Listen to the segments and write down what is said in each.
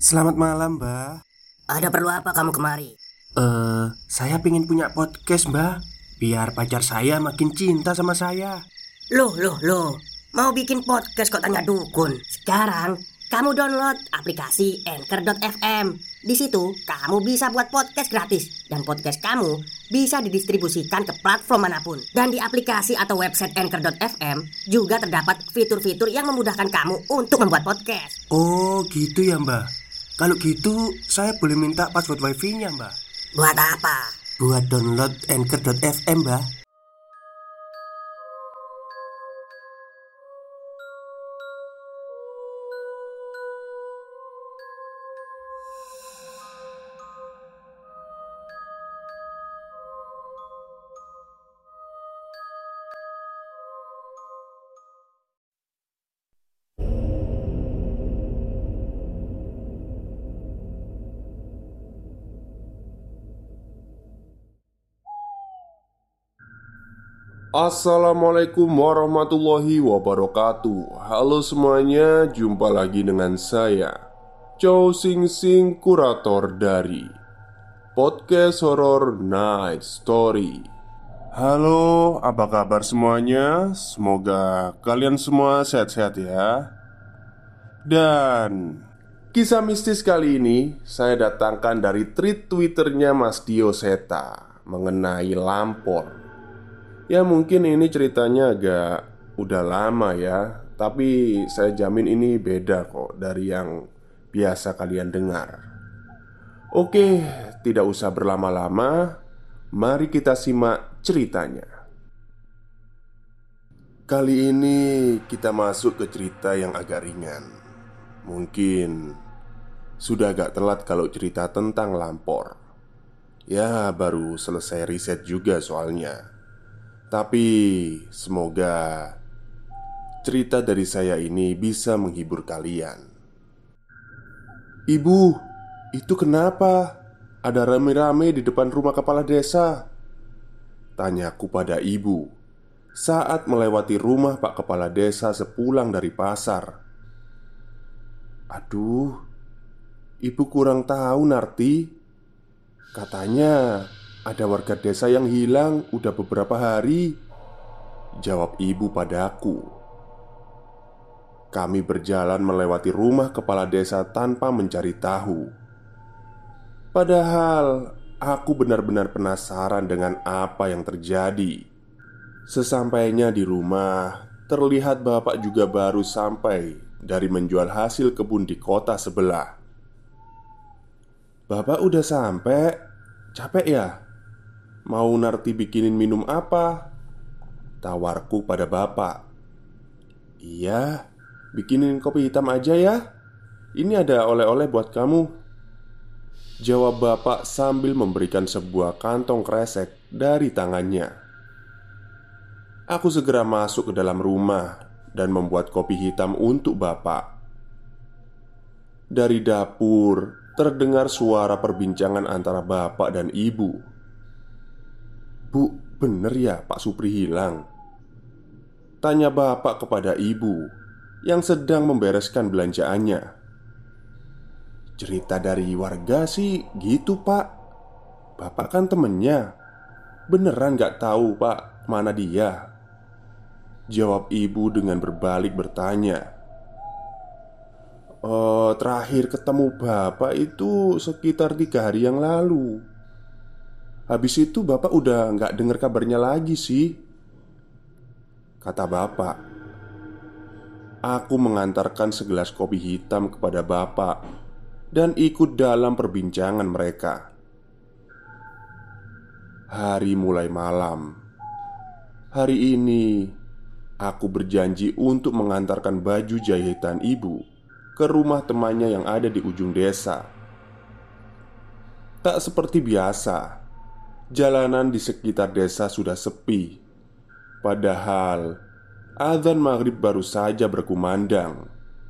Selamat malam, Mbak. Ada perlu apa kamu kemari? Saya pengen punya podcast, Mbak. Biar pacar saya makin cinta sama saya. Loh. Mau bikin podcast kok tanya dukun? Sekarang kamu download aplikasi Anchor.fm. Di situ kamu bisa buat podcast gratis dan podcast kamu bisa didistribusikan ke platform manapun. Dan di aplikasi atau website Anchor.fm juga terdapat fitur-fitur yang memudahkan kamu untuk membuat podcast. Oh, gitu ya, Mbak. Kalau gitu, saya boleh minta password wifi-nya, Mbak. Buat apa? Buat download Anchor.fm, Mbak. Assalamualaikum warahmatullahi wabarakatuh. Halo semuanya, jumpa lagi dengan saya Chow Sing Sing, kurator dari Podcast Horror Night Story. Halo, apa kabar semuanya? Semoga kalian semua sehat-sehat ya. Dan kisah mistis kali ini saya datangkan dari tweet Twitternya Mas Dio Seta mengenai Lampor. Ya mungkin ini ceritanya agak udah lama ya, tapi saya jamin ini beda kok dari yang biasa kalian dengar. Oke, tidak usah berlama-lama. Mari kita simak ceritanya. Kali ini kita masuk ke cerita yang agak ringan. Mungkin sudah agak telat kalau cerita tentang Lampor. Ya baru selesai riset juga soalnya. Tapi semoga cerita dari saya ini bisa menghibur kalian. Ibu, itu kenapa? Ada rame-rame di depan rumah kepala desa? Tanyaku pada ibu saat melewati rumah Pak Kepala Desa sepulang dari pasar. Aduh, ibu kurang tahu Narti. Katanya ada warga desa yang hilang udah beberapa hari, jawab ibu padaku. Kami berjalan melewati rumah kepala desa tanpa mencari tahu. Padahal aku benar-benar penasaran dengan apa yang terjadi. Sesampainya di rumah, terlihat bapak juga baru sampai dari menjual hasil kebun di kota sebelah. Bapak udah sampai? Capek ya? Mau Narti bikinin minum apa? Tawarku pada bapak. Iya, bikinin kopi hitam aja ya. Ini ada oleh-oleh buat kamu, jawab bapak sambil memberikan sebuah kantong kresek dari tangannya. Aku segera masuk ke dalam rumah dan membuat kopi hitam untuk bapak. Dari dapur terdengar suara perbincangan antara bapak dan ibu. Bu, bener ya Pak Supri hilang? Tanya bapak kepada ibu yang sedang membereskan belanjaannya. Cerita dari warga sih gitu pak. Bapak kan temennya. Beneran gak tahu pak mana dia? Jawab ibu dengan berbalik bertanya. Terakhir ketemu bapak itu sekitar 3 hari yang lalu. Habis itu bapak udah gak dengar kabarnya lagi sih, kata bapak. Aku mengantarkan segelas kopi hitam kepada bapak dan ikut dalam perbincangan mereka. Hari mulai malam. Hari ini aku berjanji untuk mengantarkan baju jahitan ibu ke rumah temannya yang ada di ujung desa. Tak seperti biasa, jalanan di sekitar desa sudah sepi. Padahal azan maghrib baru saja berkumandang.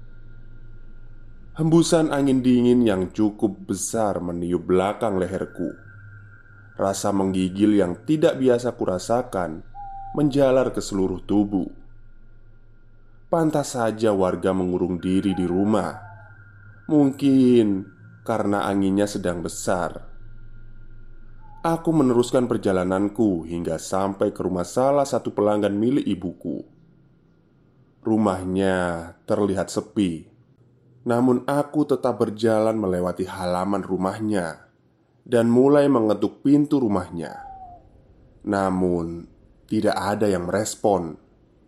Hembusan angin dingin yang cukup besar meniup belakang leherku. Rasa menggigil yang tidak biasa kurasakan menjalar ke seluruh tubuh. Pantas saja warga mengurung diri di rumah. Mungkin karena anginnya sedang besar. Aku meneruskan perjalananku hingga sampai ke rumah salah satu pelanggan milik ibuku. Rumahnya terlihat sepi, namun aku tetap berjalan melewati halaman rumahnya dan mulai mengetuk pintu rumahnya. Namun, tidak ada yang merespon.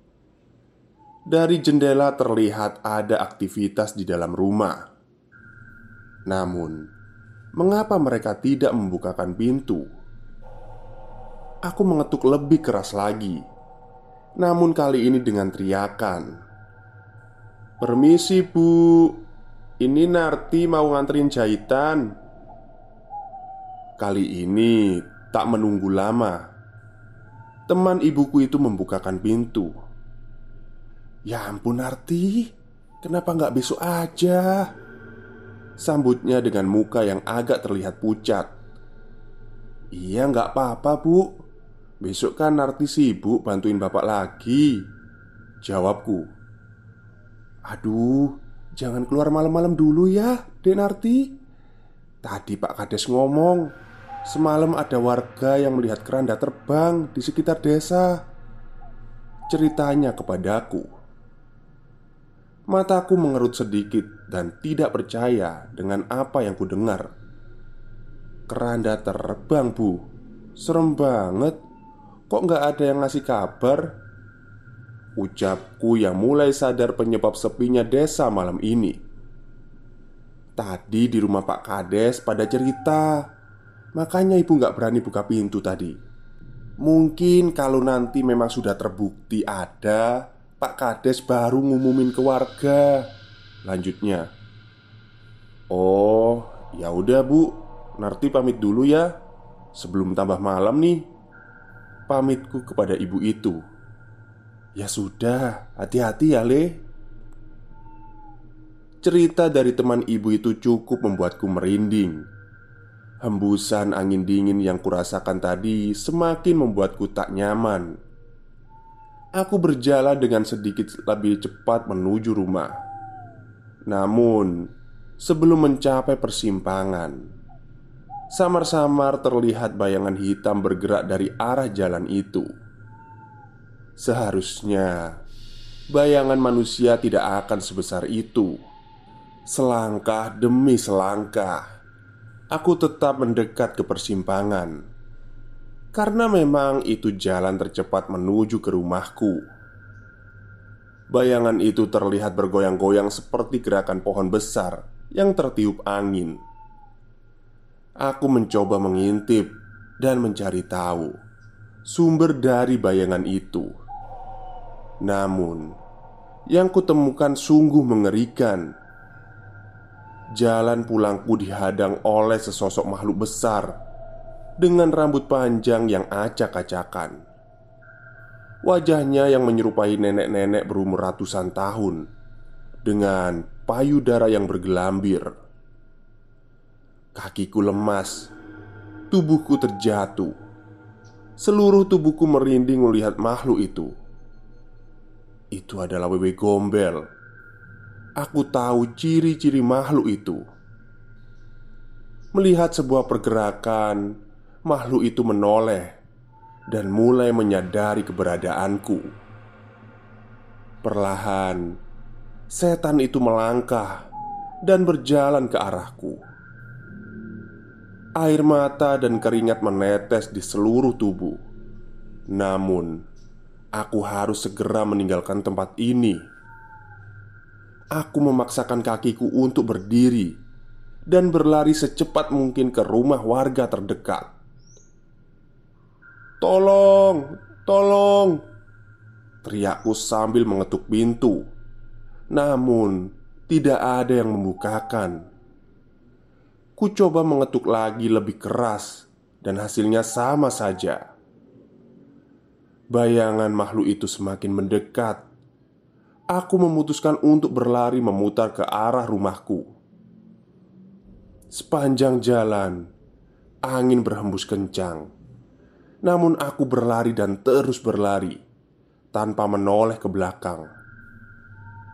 Dari jendela terlihat ada aktivitas di dalam rumah. Namun, mengapa mereka tidak membukakan pintu? Aku mengetuk lebih keras lagi, namun kali ini dengan teriakan. "Permisi bu, ini Narti mau nganterin jahitan." Kali ini tak menunggu lama, teman ibuku itu membukakan pintu. "Ya ampun Narti, kenapa nggak besok aja?" Sambutnya dengan muka yang agak terlihat pucat. "Iya nggak apa-apa bu, besok kan Narti sibuk bantuin bapak lagi," jawabku. "Aduh, jangan keluar malam-malam dulu ya, Dek Narti. Tadi Pak Kades ngomong, semalam ada warga yang melihat keranda terbang di sekitar desa," ceritanya kepadaku. Mataku mengerut sedikit dan tidak percaya dengan apa yang kudengar. "Keranda terbang bu, serem banget. Kok nggak ada yang ngasih kabar?" Ucapku yang mulai sadar penyebab sepinya desa malam ini. "Tadi di rumah Pak Kades pada cerita, makanya ibu nggak berani buka pintu tadi. Mungkin kalau nanti memang sudah terbukti ada, Pak Kades baru ngumumin ke warga," lanjutnya. "Oh, ya udah bu, Narti pamit dulu ya. Sebelum tambah malam nih," pamitku kepada ibu itu. "Ya sudah, hati-hati ya Le." Cerita dari teman ibu itu cukup membuatku merinding. Hembusan angin dingin yang kurasakan tadi semakin membuatku tak nyaman. Aku berjalan dengan sedikit lebih cepat menuju rumah. Namun, sebelum mencapai persimpangan, samar-samar terlihat bayangan hitam bergerak dari arah jalan itu. Seharusnya bayangan manusia tidak akan sebesar itu. Selangkah demi selangkah, aku tetap mendekat ke persimpangan, karena memang itu jalan tercepat menuju ke rumahku. Bayangan itu terlihat bergoyang-goyang seperti gerakan pohon besar yang tertiup angin. Aku mencoba mengintip dan mencari tahu sumber dari bayangan itu. Namun, yang kutemukan sungguh mengerikan. Jalan pulangku dihadang oleh sesosok makhluk besar dengan rambut panjang yang acak-acakan. Wajahnya yang menyerupai nenek-nenek berumur ratusan tahun, dengan payudara yang bergelambir. Kakiku lemas, tubuhku terjatuh. Seluruh tubuhku merinding melihat makhluk itu. Itu adalah Wewe Gombel. Aku tahu ciri-ciri makhluk itu. Melihat sebuah pergerakan, makhluk itu menoleh dan mulai menyadari keberadaanku. Perlahan, setan itu melangkah dan berjalan ke arahku. Air mata dan keringat menetes di seluruh tubuh. Namun, aku harus segera meninggalkan tempat ini. Aku memaksakan kakiku untuk berdiri dan berlari secepat mungkin ke rumah warga terdekat. "Tolong, tolong!" teriakku sambil mengetuk pintu. Namun, tidak ada yang membukakan. Ku coba mengetuk lagi lebih keras, dan hasilnya sama saja. Bayangan makhluk itu semakin mendekat. Aku memutuskan untuk berlari memutar ke arah rumahku. Sepanjang jalan, angin berhembus kencang. Namun aku berlari dan terus berlari tanpa menoleh ke belakang.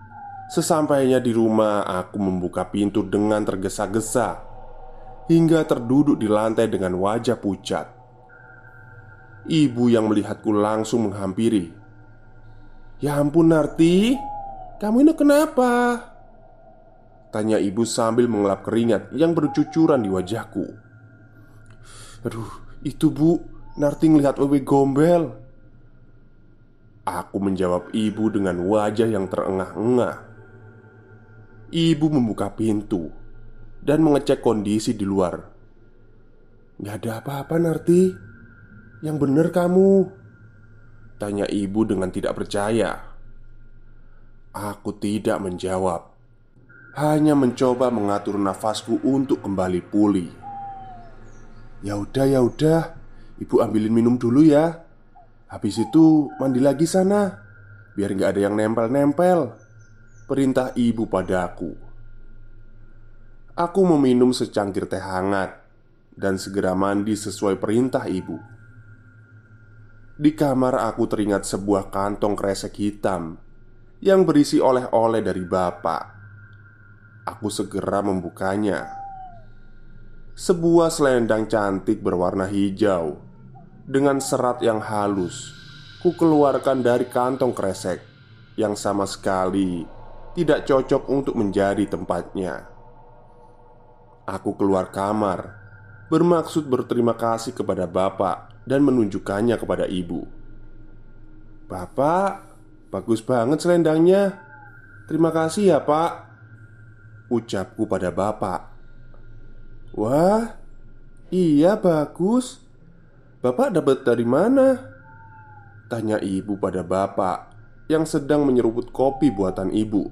Sesampainya di rumah, aku membuka pintu dengan tergesa-gesa hingga terduduk di lantai dengan wajah pucat. Ibu yang melihatku langsung menghampiri. "Ya ampun Narti, kamu ini kenapa?" tanya ibu sambil mengelap keringat yang bercucuran di wajahku. "Aduh, itu bu, Narti ngelihat wewe gombel." Aku menjawab ibu dengan wajah yang terengah-engah. Ibu membuka pintu dan mengecek kondisi di luar. "Gak ada apa-apa Narti, yang bener kamu?" tanya ibu dengan tidak percaya. Aku tidak menjawab, hanya mencoba mengatur nafasku untuk kembali pulih. Ya udah, ibu ambilin minum dulu ya. Habis itu mandi lagi sana, biar gak ada yang nempel-nempel," perintah ibu padaku. Aku meminum secangkir teh hangat dan segera mandi sesuai perintah ibu. Di kamar aku teringat sebuah kantong kresek hitam yang berisi oleh-oleh dari bapak. Aku segera membukanya. Sebuah selendang cantik berwarna hijau dengan serat yang halus ku keluarkan dari kantong kresek yang sama sekali tidak cocok untuk menjadi tempatnya. Aku keluar kamar bermaksud berterima kasih kepada bapak dan menunjukkannya kepada ibu. "Bapak, bagus banget selendangnya. Terima kasih ya pak," ucapku pada bapak. "Wah, iya bagus. Bapak dapat dari mana?" tanya ibu pada bapak yang sedang menyeruput kopi buatan ibu.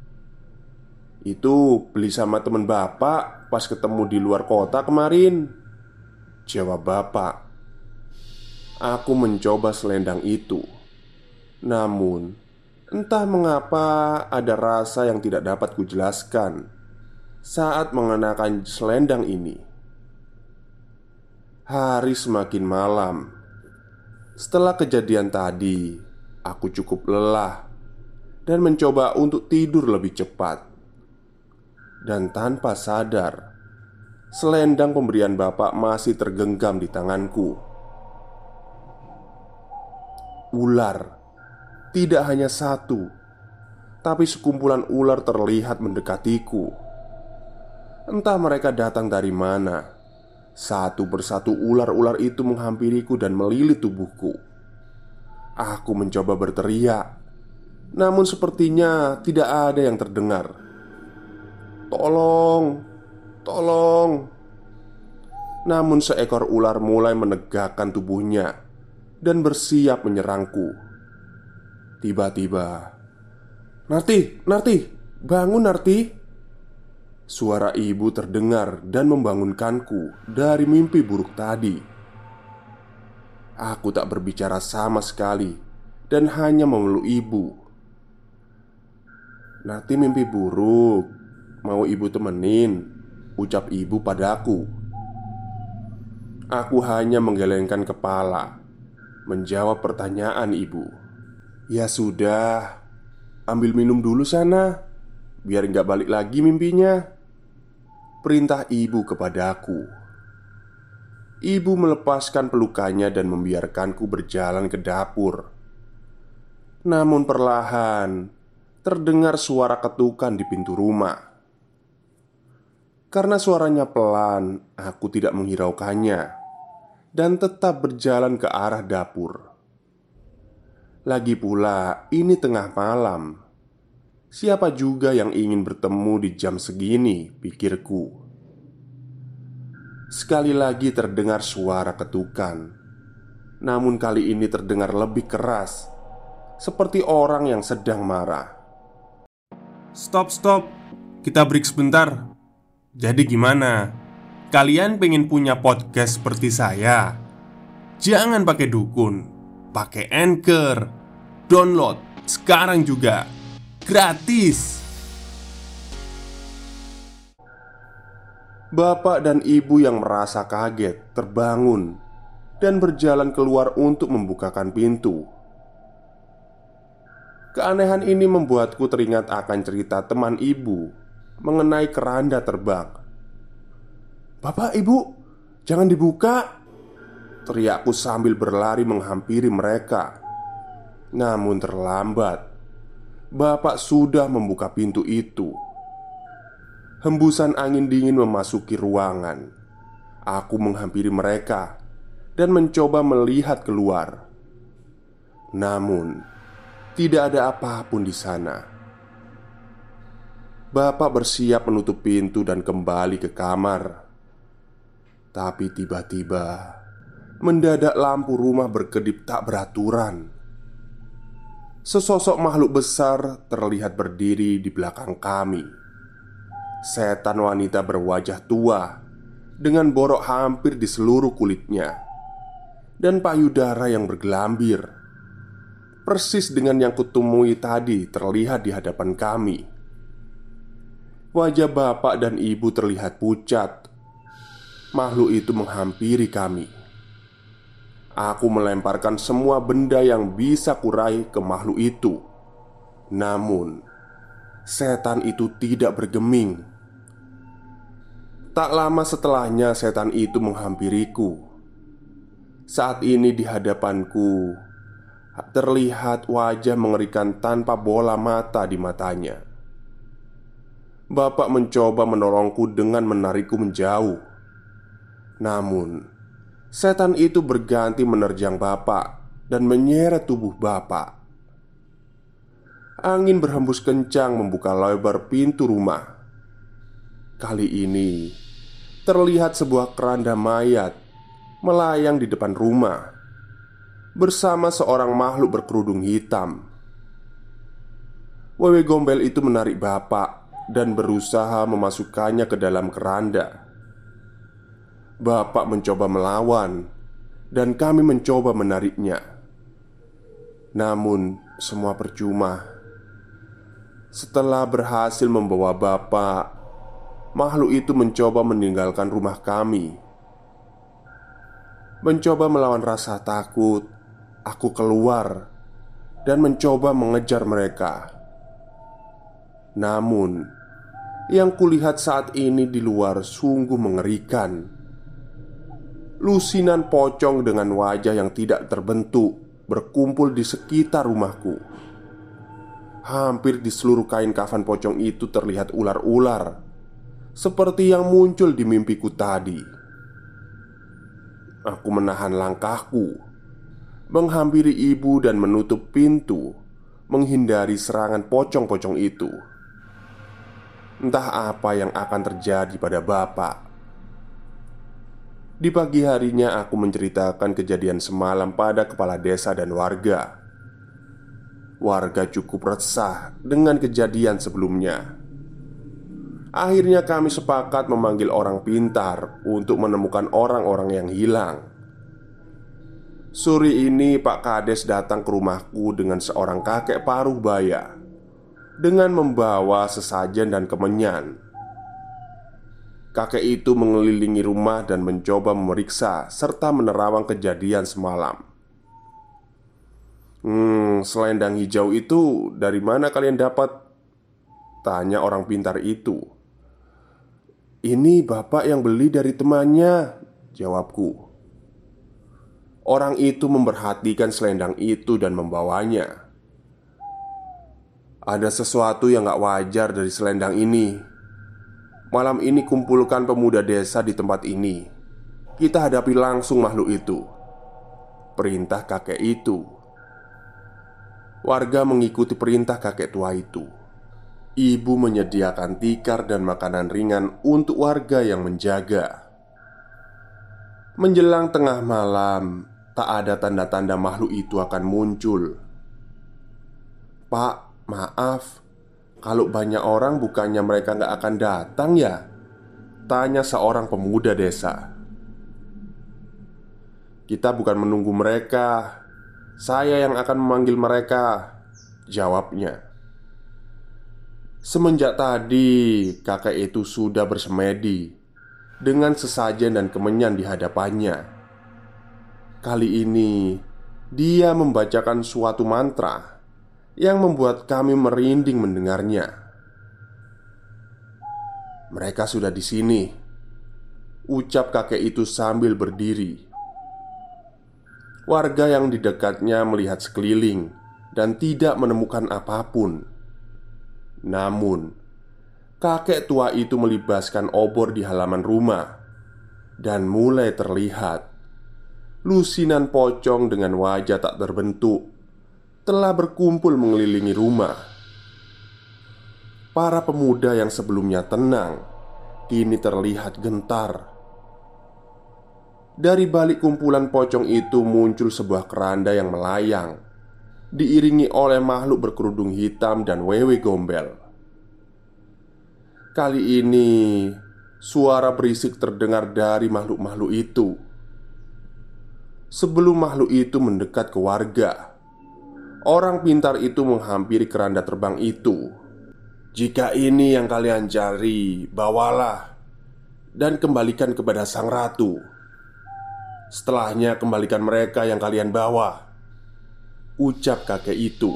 "Itu beli sama temen bapak pas ketemu di luar kota kemarin," jawab bapak. Aku mencoba selendang itu. Namun entah mengapa ada rasa yang tidak dapat kujelaskan saat mengenakan selendang ini. Hari semakin malam. Setelah kejadian tadi, aku cukup lelah dan mencoba untuk tidur lebih cepat. Dan tanpa sadar, selendang pemberian bapak masih tergenggam di tanganku. Ular, tidak hanya satu, tapi sekumpulan ular terlihat mendekatiku. Entah mereka datang dari mana. Satu persatu ular-ular itu menghampiriku dan melilit tubuhku. Aku mencoba berteriak, namun sepertinya tidak ada yang terdengar. "Tolong, tolong!" Namun seekor ular mulai menegakkan tubuhnya dan bersiap menyerangku. Tiba-tiba, "Narti, Narti, bangun Narti!" Suara ibu terdengar dan membangunkanku dari mimpi buruk tadi. Aku tak berbicara sama sekali dan hanya memeluk ibu. "Narti mimpi buruk, mau ibu temenin?" ucap ibu padaku. Aku hanya menggelengkan kepala menjawab pertanyaan ibu. "Ya sudah, ambil minum dulu sana, biar nggak balik lagi mimpinya," perintah ibu kepadaku. Ibu melepaskan pelukannya dan membiarkanku berjalan ke dapur. Namun perlahan terdengar suara ketukan di pintu rumah. Karena suaranya pelan, aku tidak menghiraukannya dan tetap berjalan ke arah dapur. Lagi pula, ini tengah malam. Siapa juga yang ingin bertemu di jam segini, pikirku. Sekali lagi terdengar suara ketukan. Namun kali ini terdengar lebih keras, seperti orang yang sedang marah. Stop, kita break sebentar. Jadi gimana? Kalian pengen punya podcast seperti saya? Jangan pakai dukun, pakai Anchor. Download sekarang juga, gratis. Bapak dan ibu yang merasa kaget terbangun dan berjalan keluar untuk membukakan pintu. Keanehan ini membuatku teringat akan cerita teman ibu mengenai keranda terbang. "Bapak, ibu, jangan dibuka!" teriakku sambil berlari menghampiri mereka. Namun terlambat. Bapak sudah membuka pintu itu. Hembusan angin dingin memasuki ruangan. Aku menghampiri mereka dan mencoba melihat keluar. Namun, tidak ada apapun di sana. Bapak bersiap menutup pintu dan kembali ke kamar. Tapi tiba-tiba, mendadak lampu rumah berkedip tak beraturan. Sesosok makhluk besar terlihat berdiri di belakang kami. Setan wanita berwajah tua dengan borok hampir di seluruh kulitnya dan payudara yang bergelambir, persis dengan yang kutemui tadi terlihat di hadapan kami. Wajah bapak dan ibu terlihat pucat. Makhluk itu menghampiri kami. Aku melemparkan semua benda yang bisa kurai ke makhluk itu. Namun, setan itu tidak bergeming. Tak lama setelahnya setan itu menghampiriku. Saat ini di hadapanku terlihat wajah mengerikan tanpa bola mata di matanya. Bapak mencoba menolongku dengan menarikku menjauh. Namun, setan itu berganti menerjang bapak dan menyeret tubuh bapak. Angin berhembus kencang membuka lebar pintu rumah. Kali ini terlihat sebuah keranda mayat melayang di depan rumah bersama seorang makhluk berkerudung hitam. Wewe gombel itu menarik bapak dan berusaha memasukkannya ke dalam keranda. Bapak mencoba melawan dan kami mencoba menariknya. Namun semua percuma. Setelah berhasil membawa bapak, makhluk itu mencoba meninggalkan rumah kami. Mencoba melawan rasa takut, aku keluar dan mencoba mengejar mereka. Namun, yang kulihat saat ini di luar sungguh mengerikan. Lusinan pocong dengan wajah yang tidak terbentuk berkumpul di sekitar rumahku. Hampir di seluruh kain kafan pocong itu terlihat ular-ular, seperti yang muncul di mimpiku tadi. Aku menahan langkahku, menghampiri ibu dan menutup pintu, menghindari serangan pocong-pocong itu. Entah apa yang akan terjadi pada bapak. Di pagi harinya aku menceritakan kejadian semalam pada kepala desa dan warga. Warga cukup resah dengan kejadian sebelumnya. Akhirnya kami sepakat memanggil orang pintar untuk menemukan orang-orang yang hilang. Sore ini Pak Kades datang ke rumahku dengan seorang kakek paruh baya dengan membawa sesajen dan kemenyan. Kakek itu mengelilingi rumah dan mencoba memeriksa serta menerawang kejadian semalam. Selendang hijau itu dari mana kalian dapat?" tanya orang pintar itu. "Ini bapak yang beli dari temannya," jawabku. Orang itu memperhatikan selendang itu dan membawanya. "Ada sesuatu yang gak wajar dari selendang ini. Malam ini kumpulkan pemuda desa di tempat ini. Kita hadapi langsung makhluk itu," perintah kakek itu. Warga mengikuti perintah kakek tua itu. Ibu menyediakan tikar dan makanan ringan untuk warga yang menjaga. Menjelang tengah malam, tak ada tanda-tanda makhluk itu akan muncul. "Pak, maaf, kalau banyak orang bukannya mereka nggak akan datang ya?" tanya seorang pemuda desa. "Kita bukan menunggu mereka. Saya yang akan memanggil mereka," jawabnya. Semenjak tadi, kakek itu sudah bersemedi dengan sesajen dan kemenyan di hadapannya. Kali ini, dia membacakan suatu mantra yang membuat kami merinding mendengarnya. "Mereka sudah di sini," ucap kakek itu sambil berdiri. Warga yang di dekatnya melihat sekeliling dan tidak menemukan apapun. Namun, kakek tua itu melibaskan obor di halaman rumah, dan mulai terlihat lusinan pocong dengan wajah tak terbentuk telah berkumpul mengelilingi rumah. Para pemuda yang sebelumnya tenang kini terlihat gentar. Dari balik kumpulan pocong itu muncul sebuah keranda yang melayang, diiringi oleh makhluk berkerudung hitam dan wewe gombel. Kali ini suara berisik terdengar dari makhluk-makhluk itu. Sebelum makhluk itu mendekat ke warga, orang pintar itu menghampiri keranda terbang itu. "Jika ini yang kalian cari, bawalah dan kembalikan kepada sang ratu. Setelahnya kembalikan mereka yang kalian bawa," ucap kakek itu.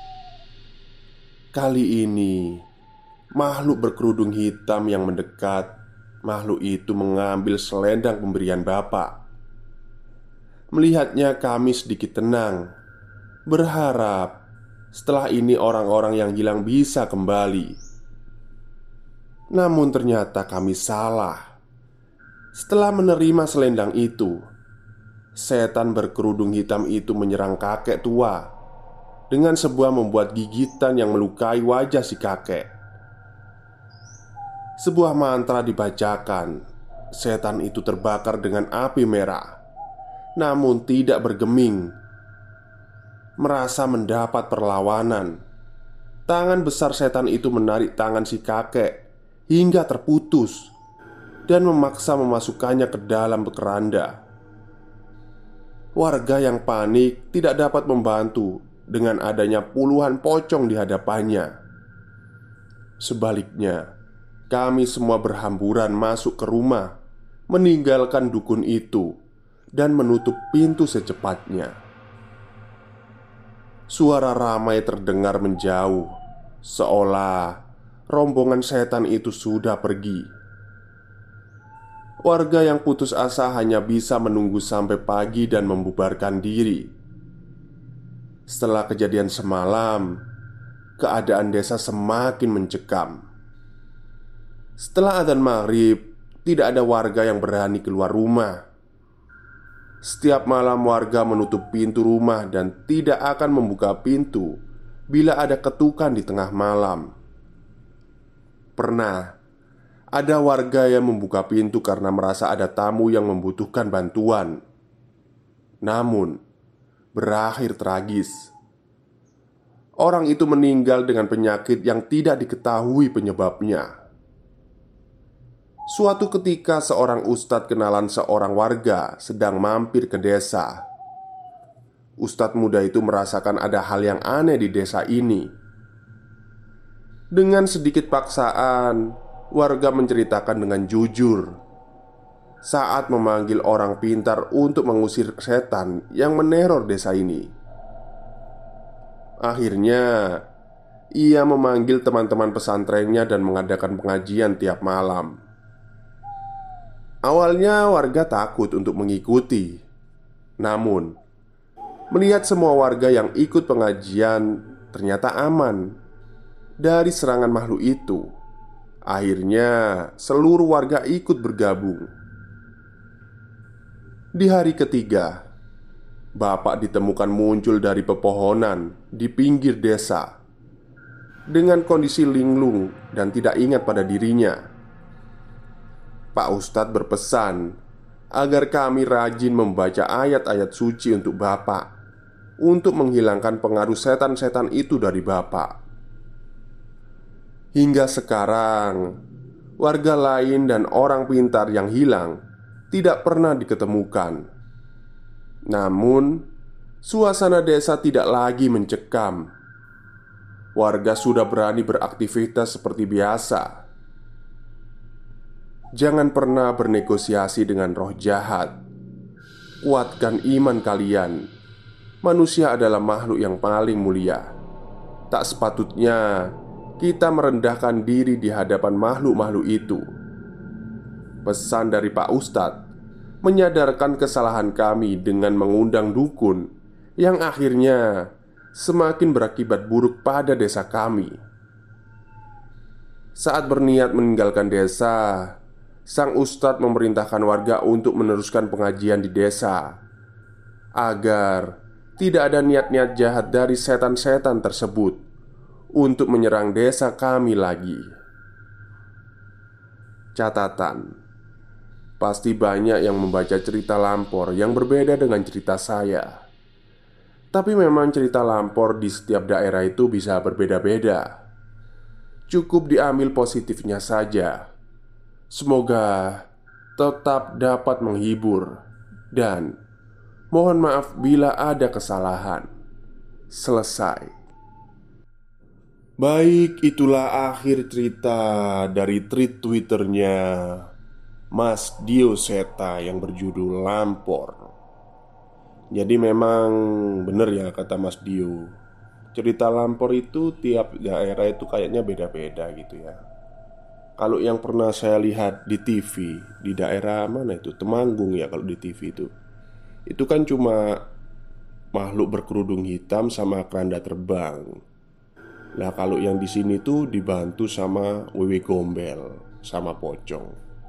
Kali ini makhluk berkerudung hitam yang mendekat. Makhluk itu mengambil selendang pemberian bapak. Melihatnya kami sedikit tenang, berharap setelah ini orang-orang yang hilang bisa kembali. Namun ternyata kami salah. Setelah menerima selendang itu, setan berkerudung hitam itu menyerang kakek tua dengan sebuah membuat gigitan yang melukai wajah si kakek. Sebuah mantra dibacakan. Setan itu terbakar dengan api merah, namun tidak bergeming. Merasa mendapat perlawanan, tangan besar setan itu menarik tangan si kakek hingga terputus dan memaksa memasukkannya ke dalam keranda. Warga yang panik tidak dapat membantu dengan adanya puluhan pocong di hadapannya. Sebaliknya, kami semua berhamburan masuk ke rumah, meninggalkan dukun itu dan menutup pintu secepatnya. Suara ramai terdengar menjauh, seolah rombongan setan itu sudah pergi. Warga yang putus asa hanya bisa menunggu sampai pagi dan membubarkan diri. Setelah kejadian semalam, keadaan desa semakin mencekam. Setelah adzan maghrib, tidak ada warga yang berani keluar rumah. Setiap malam warga menutup pintu rumah dan tidak akan membuka pintu bila ada ketukan di tengah malam. Pernah ada warga yang membuka pintu karena merasa ada tamu yang membutuhkan bantuan. Namun, berakhir tragis. Orang itu meninggal dengan penyakit yang tidak diketahui penyebabnya. Suatu ketika seorang ustadz kenalan seorang warga sedang mampir ke desa. Ustadz muda itu merasakan ada hal yang aneh di desa ini. Dengan sedikit paksaan, warga menceritakan dengan jujur saat memanggil orang pintar untuk mengusir setan yang meneror desa ini. Akhirnya, ia memanggil teman-teman pesantrennya dan mengadakan pengajian tiap malam. Awalnya warga takut untuk mengikuti. Namun, melihat semua warga yang ikut pengajian ternyata aman dari serangan makhluk itu, akhirnya seluruh warga ikut bergabung. Di hari ketiga, bapak ditemukan muncul dari pepohonan di pinggir desa dengan kondisi linglung dan tidak ingat pada dirinya. Pak Ustadz berpesan agar kami rajin membaca ayat-ayat suci untuk bapak, untuk menghilangkan pengaruh setan-setan itu dari bapak. Hingga sekarang, warga lain dan orang pintar yang hilang tidak pernah diketemukan. Namun, suasana desa tidak lagi mencekam. Warga sudah berani beraktivitas seperti biasa. Jangan pernah bernegosiasi dengan roh jahat. Kuatkan iman kalian. Manusia adalah makhluk yang paling mulia. Tak sepatutnya kita merendahkan diri di hadapan makhluk-makhluk itu. Pesan dari Pak Ustadz menyadarkan kesalahan kami dengan mengundang dukun yang akhirnya semakin berakibat buruk pada desa kami. Saat berniat meninggalkan desa, sang ustadz memerintahkan warga untuk meneruskan pengajian di desa agar tidak ada niat-niat jahat dari setan-setan tersebut untuk menyerang desa kami lagi. Catatan: pasti banyak yang membaca cerita Lampor yang berbeda dengan cerita saya. Tapi memang cerita Lampor di setiap daerah itu bisa berbeda-beda. Cukup diambil positifnya saja. Semoga tetap dapat menghibur. Dan mohon maaf bila ada kesalahan. Selesai. Baik, itulah akhir cerita dari tweet Twitternya Mas Dio Seta yang berjudul Lampor. Jadi memang bener ya kata Mas Dio, cerita Lampor itu tiap daerah itu kayaknya beda-beda gitu ya. Kalau yang pernah saya lihat di TV, di daerah mana itu, Temanggung ya kalau di TV itu kan cuma makhluk berkerudung hitam sama keranda terbang. Nah kalau yang di sini tuh dibantu sama Wewe Gombel sama pocong.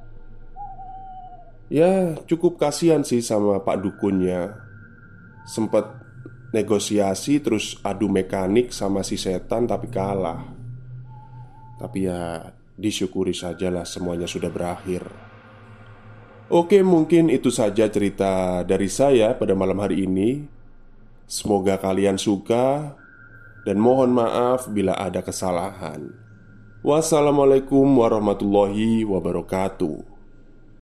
Ya cukup kasihan sih sama Pak Dukunnya. Sempet negosiasi terus adu mekanik sama si setan tapi kalah. Tapi ya disyukuri sajalah semuanya sudah berakhir. Oke, mungkin itu saja cerita dari saya pada malam hari ini. Semoga kalian suka dan mohon maaf bila ada kesalahan. Wassalamualaikum warahmatullahi wabarakatuh.